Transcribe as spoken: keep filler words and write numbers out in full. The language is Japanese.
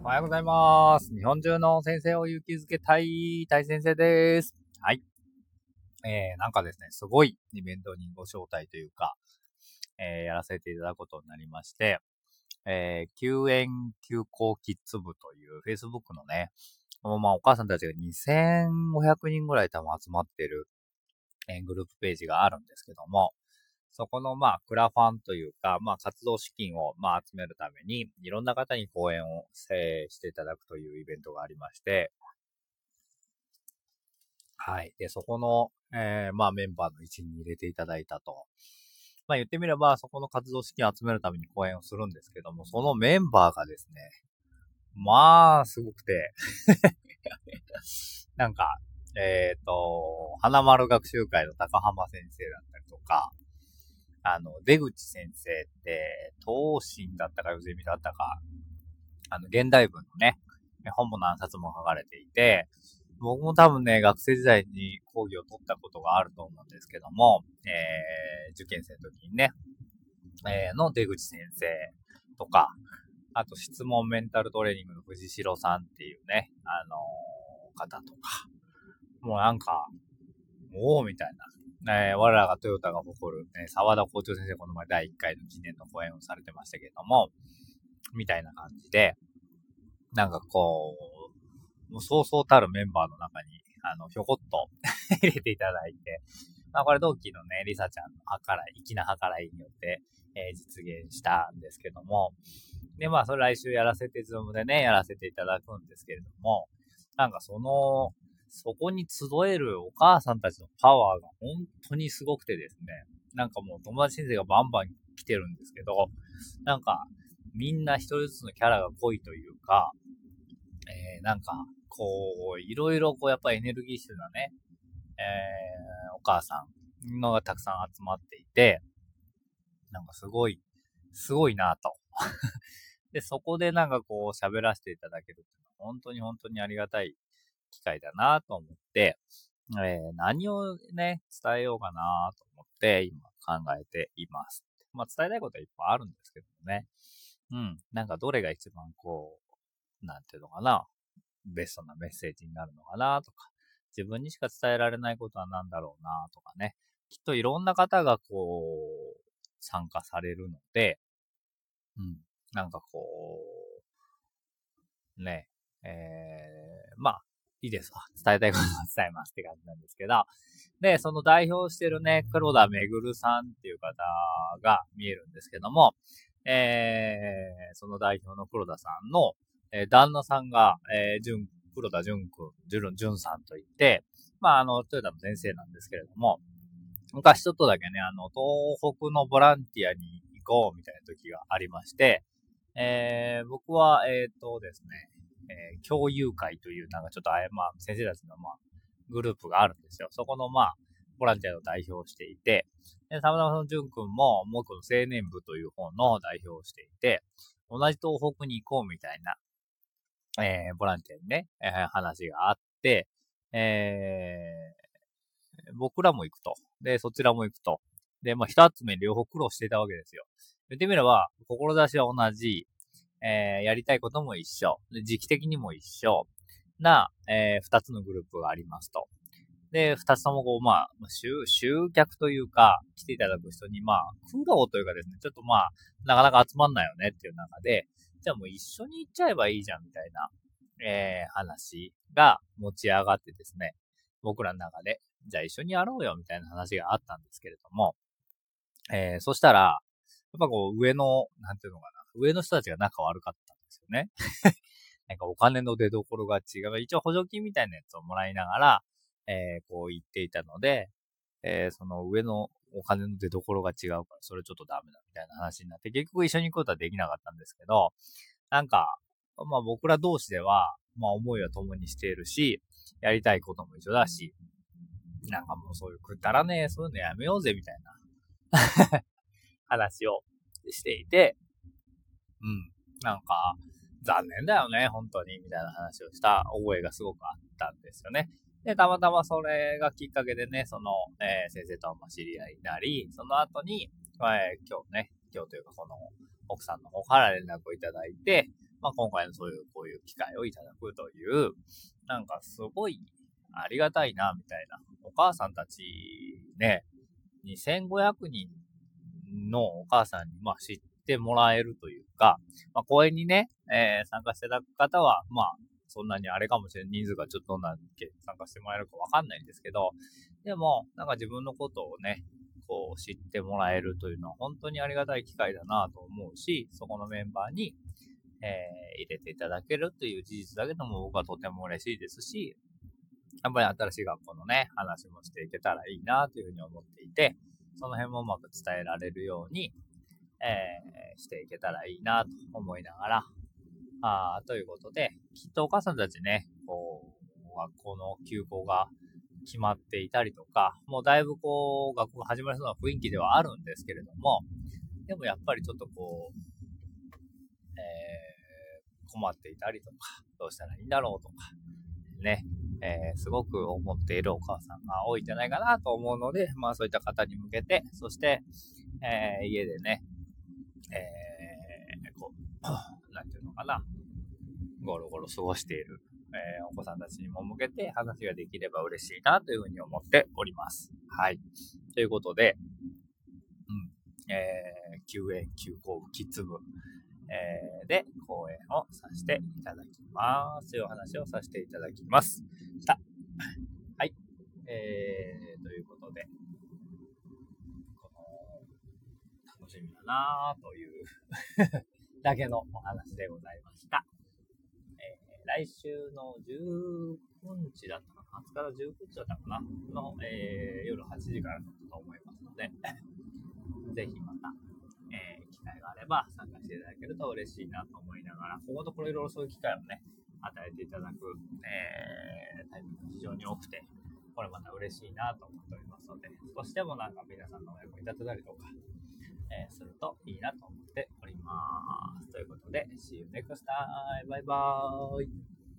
おはようございます。日本中の先生を勇気づけたい大先生です。はい。えー、なんかですね、すごいイベントにご招待というか、えー、やらせていただくことになりまして、えー、休園休校キッズ部という Facebook のね、まあお母さんたちがにせんごひゃくにんぐらい多分集まってる、えー、グループページがあるんですけども、そこのまあクラファンというか、まあ活動資金をまあ集めるために、いろんな方に講演をしていただくというイベントがありまして、はい。で、そこの、えー、まあメンバーの一員に入れていただいたと。まあ言ってみれば、そこの活動資金を集めるために講演をするんですけども、そのメンバーがですね、まあ、すごくて、なんか、えっ、と、花丸学習会の高浜先生だったりとか、あの、出口先生って、東進だったか、ヨゼミだったか、あの、現代文のね、本も何冊も書かれていて、僕も多分ね、学生時代に講義を取ったことがあると思うんですけども、えー、受験生の時にね、えー、の出口先生とか、あと質問メンタルトレーニングの藤代さんっていうね、あのー、方とか、もうなんか、おーみたいな、えー、我らがトヨタが誇る、ね、沢田校長先生この前だいいっかいの記念の講演をされてましたけども、みたいな感じで、なんかこう、もうそうそうたるメンバーの中に、あの、ひょこっと入れていただいて、まあこれ同期のね、リサちゃんの計らい、粋な計らいによって、えー、実現したんですけども、で、まあそれ来週やらせて、ズームでね、やらせていただくんですけれども、なんかその、そこに集えるお母さんたちのパワーが本当にすごくてですね、なんかもう友達先生がバンバン来てるんですけど、なんかみんな一人ずつのキャラが濃いというか、えー、なんか、こう、いろいろこうやっぱりエネルギッシュなね、えー、お母さんのがたくさん集まっていて、なんかすごい、すごいなと。で、そこでなんかこう喋らせていただけるっていうのは本当に本当にありがたい機会だなと思って、えー、何をね、伝えようかなと思って今考えています。まあ伝えたいことはいっぱいあるんですけどもね。うん。なんかどれが一番こう、なんていうのかな、ベストなメッセージになるのかなとか、自分にしか伝えられないことは何だろうなとかね。きっといろんな方がこう、参加されるので、うん。なんかこう、ね、えー、まあ、いいですわ。伝えたいことは伝えますって感じなんですけど、で、その代表してるね、黒田めぐるさんっていう方が見えるんですけども、えー、その代表の黒田さんの、えー、旦那さんが、えー、純、黒田純くん、純、純さんといって、まあ、あの、トヨタの先生なんですけれども、昔ちょっとだけね、あの、東北のボランティアに行こうみたいな時がありまして、えー、僕は、えっ、ー、とですね、えー、共有会という、なんかちょっとあや、まあ、先生たちの、まあ、グループがあるんですよ。そこの、まあ、ボランティアの代表をしていて、で、たまたまその淳くんも、もう一個の青年部という方の代表をしていて、同じ東北に行こうみたいな、えー、ボランティアにね、えー、話があって、えー、僕らも行くと。で、そちらも行くと。で、まあ、一つ目両方苦労していたわけですよ。言ってみれば、志は同じ、えー、やりたいことも一緒。で、時期的にも一緒。な、えー、二つのグループがありますと。で、二つともこう、まあ、集、集客というか、来ていただく人に、まあ、苦労というかですね、ちょっとまあ、なかなか集まんないよねっていう中で、じゃあもう一緒に行っちゃえばいいじゃんみたいな、えー、話が持ち上がってですね、僕らの中で、じゃあ一緒にやろうよみたいな話があったんですけれども、えー、そしたら、やっぱこう、上の、なんていうのかな、上の人たちが仲悪かったんですよね。なんかお金の出所が違う。一応補助金みたいなやつをもらいながら、えー、こう言っていたので、えー、その上のお金の出所が違うから、それちょっとダメだみたいな話になって、結局一緒に行くことはできなかったんですけど、なんか、まあ僕ら同士では、まあ思いは共にしているし、やりたいことも一緒だし、なんかもうそういうくだらねえ、そういうのやめようぜみたいな話をしていて、うん、なんか、残念だよね、本当に、みたいな話をした覚えがすごくあったんですよね。で、たまたまそれがきっかけでね、その、えー、先生とも知り合いになり、その後に、えー、今日ね、今日というかこの奥さんの方から連絡をいただいて、 まあ今回のそういう、こういう機会をいただくという、なんかすごいありがたいな、みたいな。お母さんたちね、にせんごひゃくにんのお母さんに、まあ知ってもらえるというか、まあ講演にね、えー、参加していただく方は、まあ、そんなにあれかもしれない。人数がちょっとどんなけ参加してもらえるかわかんないんですけど、でも、なんか自分のことをね、こう知ってもらえるというのは本当にありがたい機会だなと思うし、そこのメンバーに、えー、入れていただけるという事実だけでも僕はとても嬉しいですし、やっぱり新しい学校のね、話もしていけたらいいなというふうに思っていて、その辺もうまく伝えられるように、えー、していけたらいいなと思いながら、あということで、きっとお母さんたちね、こう、学校の休校が決まっていたりとか、もうだいぶこう、学校が始まりそうな雰囲気ではあるんですけれども、でもやっぱりちょっとこう、えー、困っていたりとか、どうしたらいいんだろうとか、ね、えー、すごく思っているお母さんが多いんじゃないかなと思うので、まあそういった方に向けて、そして、えー、家でね、えー、こう、なんていうのかな、ゴロゴロ過ごしている、えー、お子さんたちにも向けて話ができれば嬉しいなというふうに思っております。はい。ということで、うん、えー、休園休校部キッズ部、えー、で講演をさせていただきます。というお話をさせていただきます。さはい。えー、ということで、この楽しみだなというだけのお話でございました。来週のじゅうくにちだったかな、はつかからじゅうくにちだったかなの、えー、夜はちじからだったと思いますので、ぜひまた、えー、機会があれば参加していただけると嬉しいなと思いながら、ここのところいろいろそういう機会をね、与えていただく、えー、タイミングが非常に多くて、これまた嬉しいなと思っておりますので、少しでもなんか皆さんのお役に立てたりとか、えー、するといいなと思っております。ということで、See you next time! バイバーイ!